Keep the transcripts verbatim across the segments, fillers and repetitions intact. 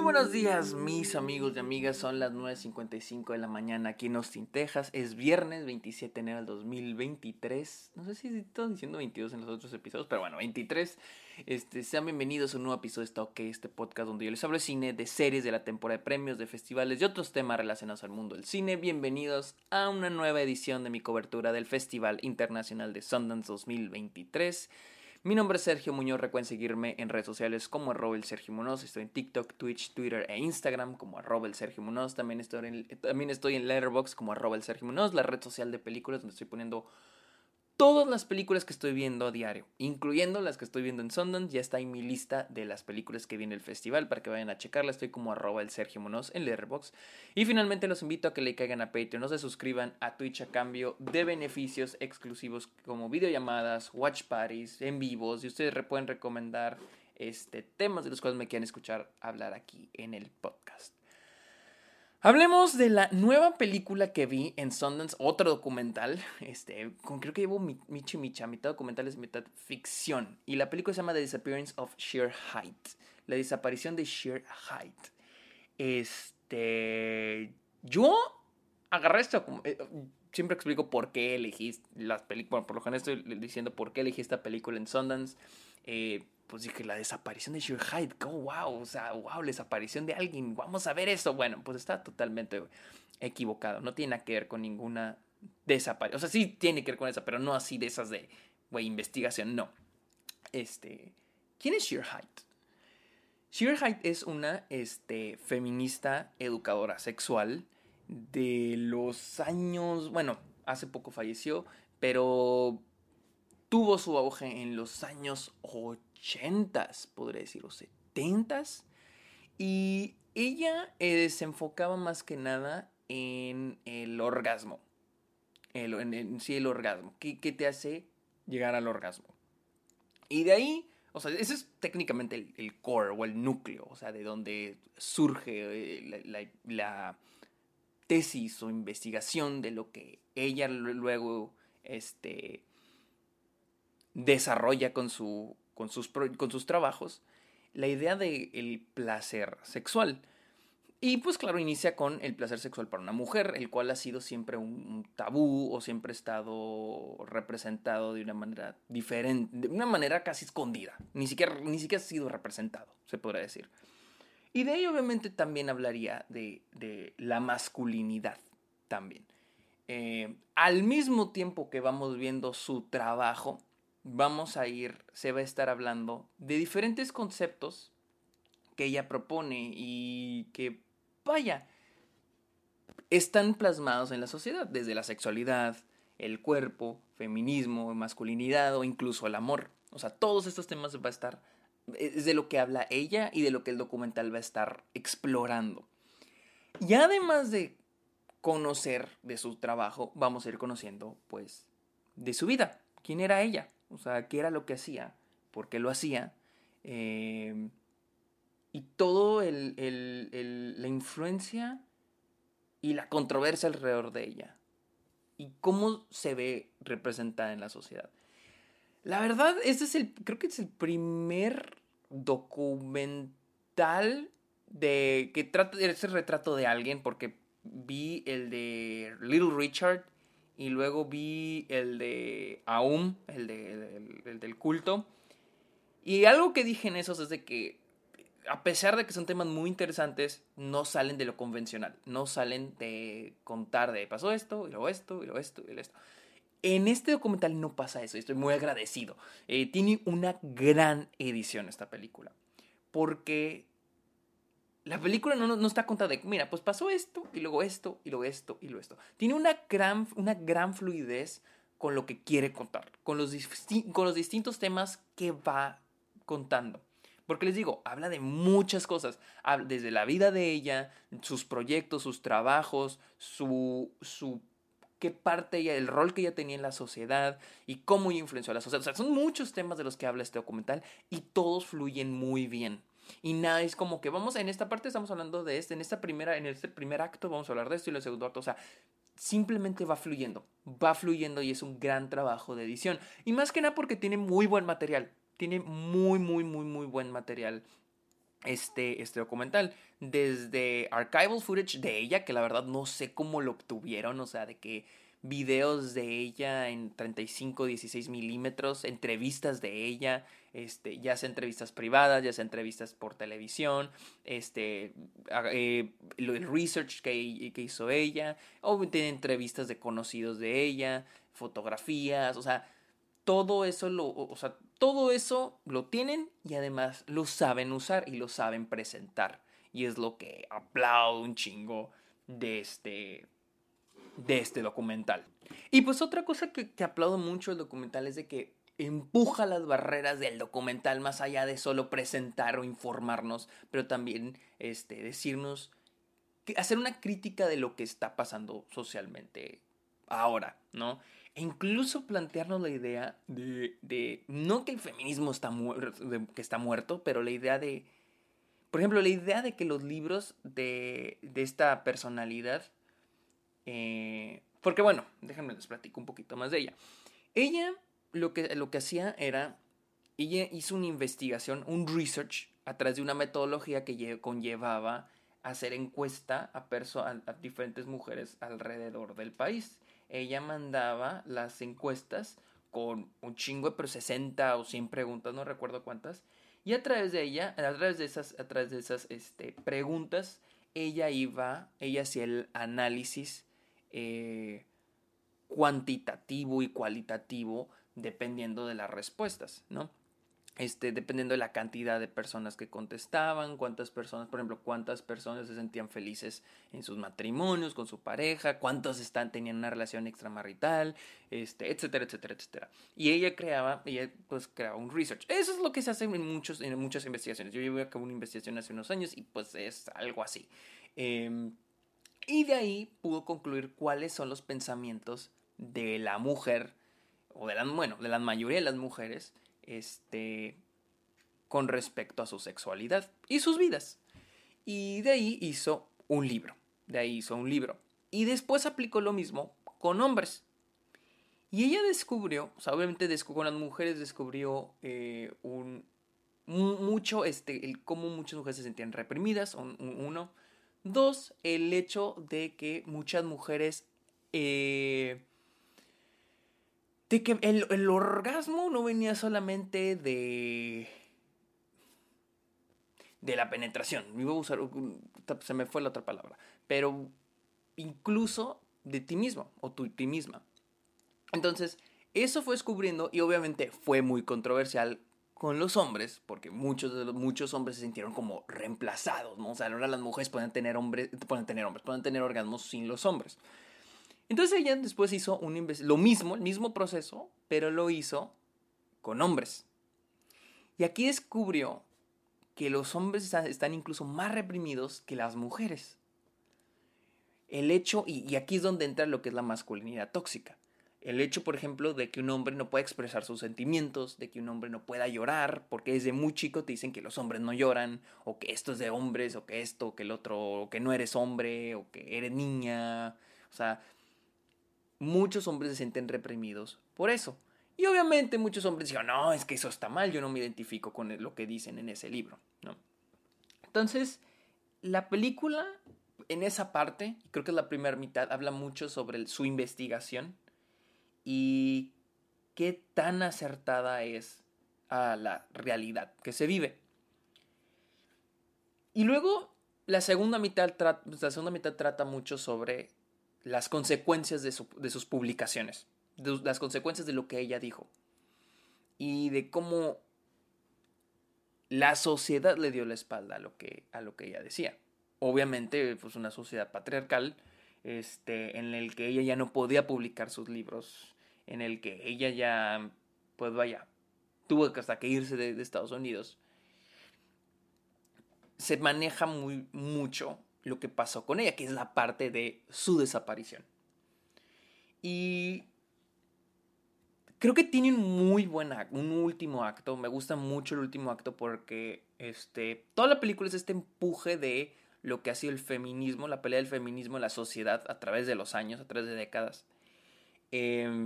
buenos días, mis amigos y amigas. Son las nueve cincuenta y cinco de la mañana aquí en Austin, Texas. Es viernes veintisiete de enero del dos mil veintitrés. No sé si estoy diciendo veintidós en los otros episodios, pero bueno, veintitrés. Este, sean bienvenidos a un nuevo episodio de Está OK, este podcast donde yo les hablo de cine, de series, de la temporada de premios, de festivales y otros temas relacionados al mundo del cine. Bienvenidos a una nueva edición de mi cobertura del Festival Internacional de Sundance dos mil veintitrés. Mi nombre es Sergio Muñoz, recuerden seguirme en redes sociales como arroba el Sergio Muñoz. Estoy en TikTok, Twitch, Twitter e Instagram como arroba el Sergio Muñoz. También estoy en, también estoy en Letterboxd como arroba el Sergio Muñoz, la red social de películas donde estoy poniendo todas las películas que estoy viendo a diario, incluyendo las que estoy viendo en Sundance. Ya está en mi lista de las películas que viene el festival para que vayan a checarla. Estoy como arroba el Sergio Muñoz en Letterboxd. Y finalmente los invito a que le caigan a Patreon, no se suscriban a Twitch a cambio de beneficios exclusivos como videollamadas, watch parties, en vivos. Y ustedes pueden recomendar este, temas de los cuales me quieran escuchar hablar aquí en el podcast. Hablemos de la nueva película que vi en Sundance, otro documental. Este, con, creo que llevo michi micha, mitad documentales, mitad ficción. Y la película se llama The Disappearance of Sheer Height. La desaparición de Sheer Height. Este. Yo agarré esto. Eh, siempre explico por qué elegí las películas. Bueno, por lo general estoy diciendo por qué elegí esta película en Sundance. Eh. Pues dije, la desaparición de Sheer Height, oh, wow, o sea, wow, la desaparición de alguien, vamos a ver eso. Bueno, pues está totalmente equivocado, no tiene nada que ver con ninguna desaparición. O sea, sí tiene que ver con esa, pero no así de esas de, güey, investigación, no. Este, ¿quién es Sheer Height? Sheer Height es una este, feminista educadora sexual de los años, bueno, hace poco falleció, pero tuvo su auge en los años ochentas, podría decir, o setentas. Y ella eh, se enfocaba más que nada en el orgasmo. El, en, en sí, el orgasmo. ¿Qué, ¿Qué te hace llegar al orgasmo? Y de ahí, o sea, ese es técnicamente el, el core o el núcleo, o sea, de donde surge eh, la, la, la tesis o investigación de lo que ella luego, este... desarrolla con, su, con, sus, con sus trabajos la idea del placer sexual. Y pues claro, inicia con el placer sexual para una mujer, el cual ha sido siempre un tabú o siempre ha estado representado de una manera diferente, de una manera casi escondida. Ni siquiera, ni siquiera ha sido representado, se podría decir. Y de ahí obviamente también hablaría de, de la masculinidad también. Eh, al mismo tiempo que vamos viendo su trabajo, vamos a ir, se va a estar hablando de diferentes conceptos que ella propone y que, vaya, están plasmados en la sociedad, desde la sexualidad, el cuerpo, feminismo, masculinidad o incluso el amor. O sea, todos estos temas va a estar, es de lo que habla ella y de lo que el documental va a estar explorando. Y además de conocer de su trabajo, vamos a ir conociendo, pues, de su vida. ¿Quién era ella? O sea, qué era lo que hacía, por qué lo hacía, eh, y todo el, el, el, la influencia y la controversia alrededor de ella, y cómo se ve representada en la sociedad. La verdad, este es el, creo que es el primer documental de que trata de ese retrato de alguien, porque vi el de Little Richard y luego vi el de Aum, el, de, el, el del culto. Y algo que dije en esos es de que, a pesar de que son temas muy interesantes, no salen de lo convencional. No salen de contar de pasó esto, y luego esto, y luego esto, y luego esto. En este documental no pasa eso, y estoy muy agradecido. Eh, tiene una gran edición esta película. Porque la película no, no está contada de, mira, pues pasó esto, y luego esto, y luego esto, y luego esto. Tiene una gran, una gran fluidez con lo que quiere contar, con los, con los distintos temas que va contando. Porque les digo, habla de muchas cosas, desde la vida de ella, sus proyectos, sus trabajos, su, su qué parte ella, el rol que ella tenía en la sociedad y cómo ella influenció a la sociedad. O sea, son muchos temas de los que habla este documental y todos fluyen muy bien. Y nada, es como que vamos, en esta parte estamos hablando de este, en esta primera, en este primer acto vamos a hablar de esto y en el segundo acto, o sea, simplemente va fluyendo, va fluyendo y es un gran trabajo de edición. Y más que nada porque tiene muy buen material, tiene muy, muy, muy, muy buen material este, este documental. Desde archival footage de ella, que la verdad no sé cómo lo obtuvieron, o sea, de que videos de ella en treinta y cinco, dieciséis milímetros, entrevistas de ella, este, ya sea entrevistas privadas, ya sea entrevistas por televisión, este, eh, el research que, que hizo ella, o tiene entrevistas de conocidos de ella, fotografías, o sea, todo eso lo, o sea, todo eso lo tienen y además lo saben usar y lo saben presentar. Y es lo que aplaudo un chingo de este, de este documental. Y pues otra cosa que, que aplaudo mucho del documental es de que empuja las barreras del documental más allá de solo presentar o informarnos, pero también este, decirnos, que, hacer una crítica de lo que está pasando socialmente ahora, ¿no? E incluso plantearnos la idea de, de no que el feminismo está, muerto, de, que está muerto, pero la idea de, por ejemplo, la idea de que los libros de, de esta personalidad, eh, porque bueno, déjenme les platico un poquito más de ella. Ella lo que, lo que hacía era, ella hizo una investigación, un research, a través de una metodología que conllevaba hacer encuesta a, perso a, a diferentes mujeres alrededor del país. Ella mandaba las encuestas con un chingo de, pero sesenta o cien preguntas, no recuerdo cuántas, y a través de ella, a través de esas, a través de esas este, preguntas, ella iba, ella hacía el análisis eh, cuantitativo y cualitativo dependiendo de las respuestas, ¿no? Este, dependiendo de la cantidad de personas que contestaban, cuántas personas, por ejemplo, cuántas personas se sentían felices en sus matrimonios, con su pareja, cuántos están, tenían una relación extramarital, este, etcétera, etcétera, etcétera. Y ella creaba, ella pues creaba un research. Eso es lo que se hace en, muchos, en muchas investigaciones. Yo llevé a cabo una investigación hace unos años y pues es algo así. Eh, y de ahí pudo concluir cuáles son los pensamientos de la mujer, o de la, bueno, de la mayoría de las mujeres, este, con respecto a su sexualidad y sus vidas. Y de ahí hizo un libro. De ahí hizo un libro. Y después aplicó lo mismo con hombres. Y ella descubrió, o sea, obviamente descubrió, con las mujeres descubrió eh, un, mucho, este, el cómo muchas mujeres se sentían reprimidas, un, un, uno. Dos, el hecho de que muchas mujeres... Eh, de que el, el orgasmo no venía solamente de de la penetración. Iba a usar, se me fue la otra palabra, pero incluso de ti mismo o tu, ti misma. Entonces, eso fue descubriendo y obviamente fue muy controversial con los hombres, porque muchos de los, muchos hombres se sintieron como reemplazados, ¿no? O sea, ahora las mujeres pueden tener hombres, pueden tener hombres, pueden tener orgasmos sin los hombres. Entonces ella después hizo un lo mismo, el mismo proceso, pero lo hizo con hombres. Y aquí descubrió que los hombres están incluso más reprimidos que las mujeres. El hecho, y, y aquí es donde entra lo que es la masculinidad tóxica. El hecho, por ejemplo, de que un hombre no pueda expresar sus sentimientos, de que un hombre no pueda llorar, porque desde muy chico te dicen que los hombres no lloran, o que esto es de hombres, o que esto, o que el otro, o que no eres hombre, o que eres niña. O sea, muchos hombres se sienten reprimidos por eso. Y obviamente muchos hombres dijeron, no, es que eso está mal, yo no me identifico con lo que dicen en ese libro, ¿no? Entonces, la película, en esa parte, creo que es la primera mitad, habla mucho sobre el, su investigación y qué tan acertada es a la realidad que se vive. Y luego, la segunda mitad, tra la segunda mitad trata mucho sobre las consecuencias de, su, de sus publicaciones, de las consecuencias de lo que ella dijo y de cómo la sociedad le dio la espalda a lo que, a lo que ella decía. Obviamente, pues una sociedad patriarcal, este, en el que ella ya no podía publicar sus libros, en el que ella ya, pues vaya, tuvo hasta que irse de, de Estados Unidos. Se maneja muy mucho lo que pasó con ella, que es la parte de su desaparición. Y creo que tiene un muy buen acto, un último acto. Me gusta mucho el último acto porque este, toda la película es este empuje de lo que ha sido el feminismo, la pelea del feminismo en la sociedad a través de los años, a través de décadas. Eh,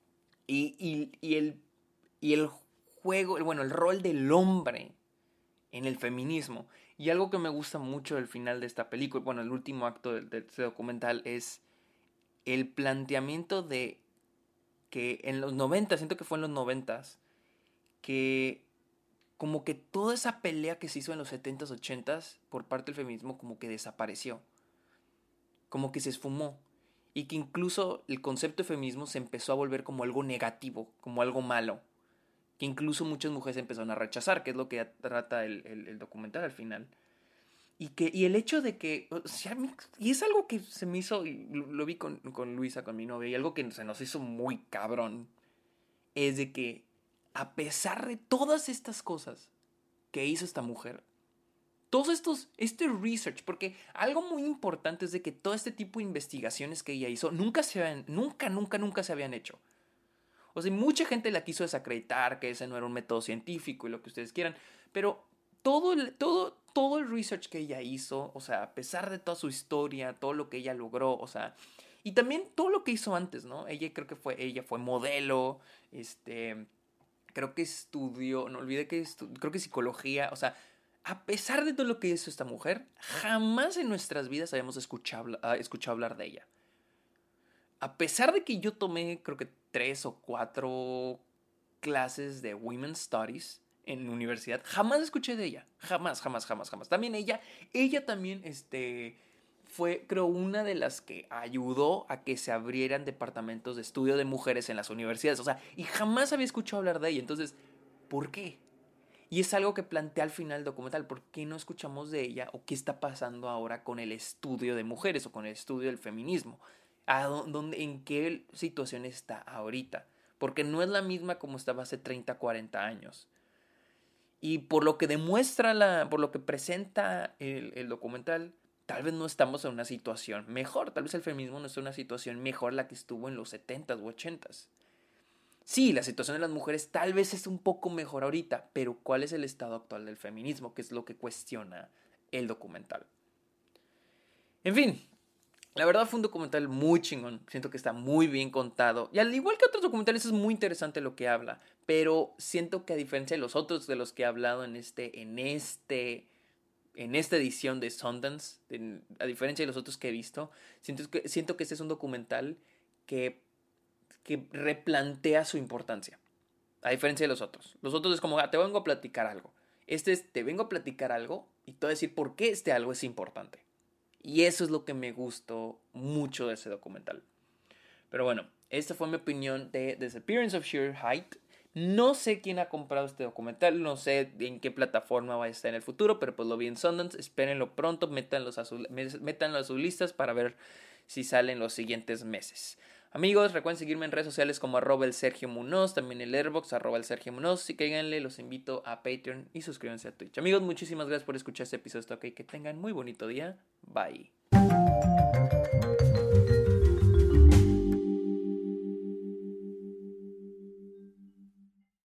y, y, y, el, y el juego, bueno, el rol del hombre en el feminismo. Y algo que me gusta mucho del final de esta película, bueno, el último acto de, de este documental, es el planteamiento de que en los noventas, siento que fue en los noventas, que como que toda esa pelea que se hizo en los setentas, ochentas por parte del feminismo como que desapareció, como que se esfumó, y que incluso el concepto de feminismo se empezó a volver como algo negativo, como algo malo, que incluso muchas mujeres empezaron a rechazar, que es lo que trata el, el, el documental al final. Y, que, y el hecho de que, o sea, y es algo que se me hizo, y lo, lo vi con, con Luisa, con mi novia, y algo que se nos hizo muy cabrón, es de que a pesar de todas estas cosas que hizo esta mujer, todos estos, este research, porque algo muy importante es de que todo este tipo de investigaciones que ella hizo nunca se habían, nunca, nunca, nunca se habían hecho. O sea, mucha gente la quiso desacreditar, que ese no era un método científico y lo que ustedes quieran, pero todo el, todo, todo el research que ella hizo, o sea, a pesar de toda su historia, todo lo que ella logró, o sea, y también todo lo que hizo antes, ¿no? Ella creo que fue, ella fue modelo, este, creo que estudió, no olvidé que estudió, creo que psicología, o sea, a pesar de todo lo que hizo esta mujer, jamás en nuestras vidas habíamos escuchado, escuchado hablar de ella. A pesar de que yo tomé, creo que tres o cuatro clases de Women's Studies en la universidad, jamás escuché de ella. Jamás, jamás, jamás, jamás. También ella, ella también, este, fue, creo, una de las que ayudó a que se abrieran departamentos de estudio de mujeres en las universidades. O sea, y jamás había escuchado hablar de ella. Entonces, ¿por qué? Y es algo que plantea al final del documental. ¿Por qué no escuchamos de ella? ¿O qué está pasando ahora con el estudio de mujeres o con el estudio del feminismo? ¿A dónde, en qué situación está ahorita? Porque no es la misma como estaba hace treinta, cuarenta años. Y por lo que demuestra, la, por lo que presenta el, el documental, tal vez no estamos en una situación mejor. Tal vez el feminismo no está en una situación mejor la que estuvo en los setentas u ochentas. Sí, la situación de las mujeres tal vez es un poco mejor ahorita, pero ¿cuál es el estado actual del feminismo? Que es lo que cuestiona el documental. En fin, la verdad fue un documental muy chingón. Siento que está muy bien contado. Y al igual que otros documentales es muy interesante lo que habla. Pero siento que a diferencia de los otros de los que he hablado en este, en este, en esta edición de Sundance, en, a diferencia de los otros que he visto, siento que, siento que este es un documental que, que replantea su importancia. A diferencia de los otros. Los otros es como, ah, te vengo a platicar algo. Este es, te vengo a platicar algo y te voy a decir por qué este algo es importante. Y eso es lo que me gustó mucho de ese documental. Pero bueno, esta fue mi opinión de Disappearance of Sheer Height. No sé quién ha comprado este documental, no sé en qué plataforma va a estar en el futuro, pero pues lo vi en Sundance, espérenlo pronto, métanlo a, su, métanlo a sus listas para ver si salen los siguientes meses. Amigos, recuerden seguirme en redes sociales como arroba el Sergio Munoz, también el Airbox, arroba el Sergio Munoz. Si cáiganle, los invito a Patreon y suscríbanse a Twitch. Amigos, muchísimas gracias por escuchar este episodio. Okay, que tengan muy bonito día. Bye.